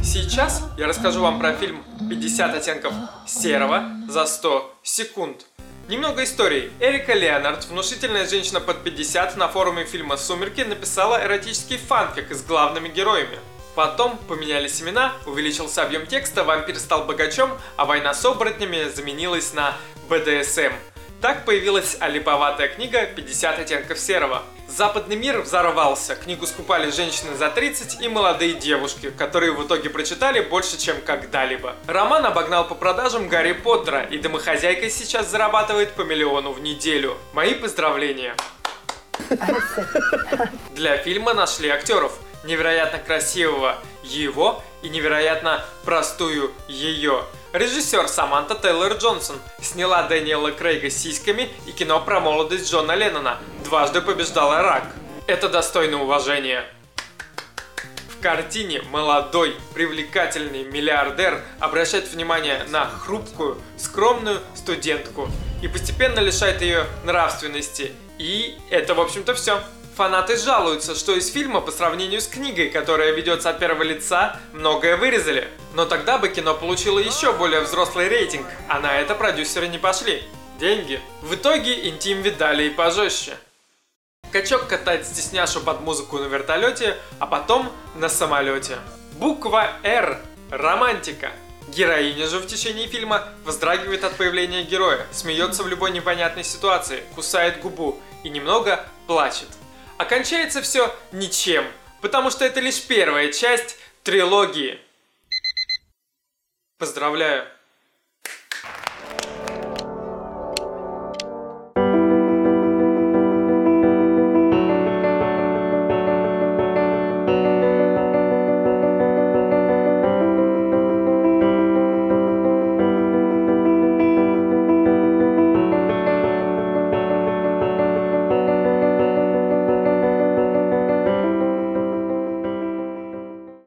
Сейчас я расскажу вам про фильм «50 оттенков серого» за 100 секунд. Немного истории. Эрика Леонард, внушительная женщина под 50, на форуме фильма «Сумерки» написала эротический фанфик с главными героями. Потом поменялись имена, увеличился объем текста, вампир стал богачом, а война с оборотнями заменилась на БДСМ. Так появилась олиповатая книга «50 оттенков серого». Западный мир взорвался, книгу скупали женщины за 30 и молодые девушки, которые в итоге прочитали больше, чем когда-либо. Роман обогнал по продажам Гарри Поттера, и домохозяйка сейчас зарабатывает по миллиону в неделю. Мои поздравления! Для фильма нашли актеров. Невероятно красивого его и невероятно простую ее. Режиссер Саманта Тейлор-Джонсон сняла Дэниела Крейга с сиськами и кино про молодость Джона Леннона. Дважды побеждала рак. Это достойно уважения. В картине молодой, привлекательный миллиардер обращает внимание на хрупкую, скромную студентку и постепенно лишает ее нравственности. И это, в общем-то, все. Фанаты жалуются, что из фильма по сравнению с книгой, которая ведется от первого лица, многое вырезали. Но тогда бы кино получило еще более взрослый рейтинг, а на это продюсеры не пошли. Деньги. В итоге интим видали и пожестче. Качок катает стесняшу под музыку на вертолете, а потом на самолете. Буква «Р» – романтика. Героиня же в течение фильма вздрагивает от появления героя, смеется в любой непонятной ситуации, кусает губу и немного плачет. Окончается все ничем, потому что это лишь первая часть трилогии. Поздравляю!